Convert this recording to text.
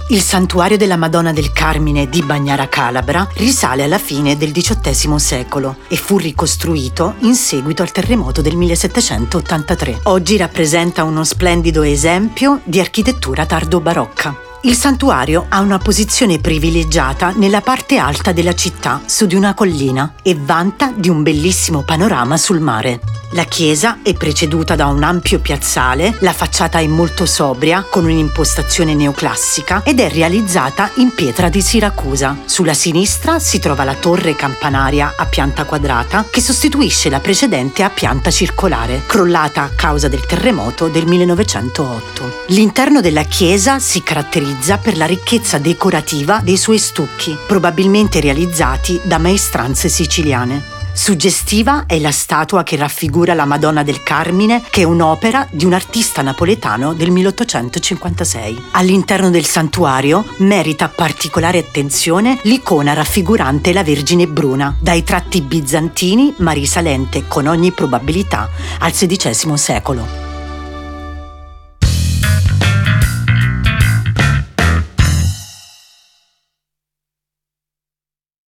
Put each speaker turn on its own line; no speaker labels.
Il santuario della Madonna del Carmine di Bagnara Calabra risale alla fine del XVIII secolo e fu ricostruito in seguito al terremoto del 1783. Oggi rappresenta uno splendido esempio di architettura tardo-barocca. Il santuario ha una posizione privilegiata nella parte alta della città, su di una collina, e vanta di un bellissimo panorama sul mare. La chiesa è preceduta da un ampio piazzale, la facciata è molto sobria, con un'impostazione neoclassica, ed è realizzata in pietra di Siracusa. Sulla sinistra si trova la torre campanaria a pianta quadrata, che sostituisce la precedente a pianta circolare, crollata a causa del terremoto del 1908. L'interno della chiesa si caratterizza per la ricchezza decorativa dei suoi stucchi, probabilmente realizzati da maestranze siciliane. Suggestiva è la statua che raffigura la Madonna del Carmine, che è un'opera di un artista napoletano del 1856. All'interno del santuario merita particolare attenzione l'icona raffigurante la Vergine Bruna, dai tratti bizantini ma risalente con ogni probabilità al XVI secolo.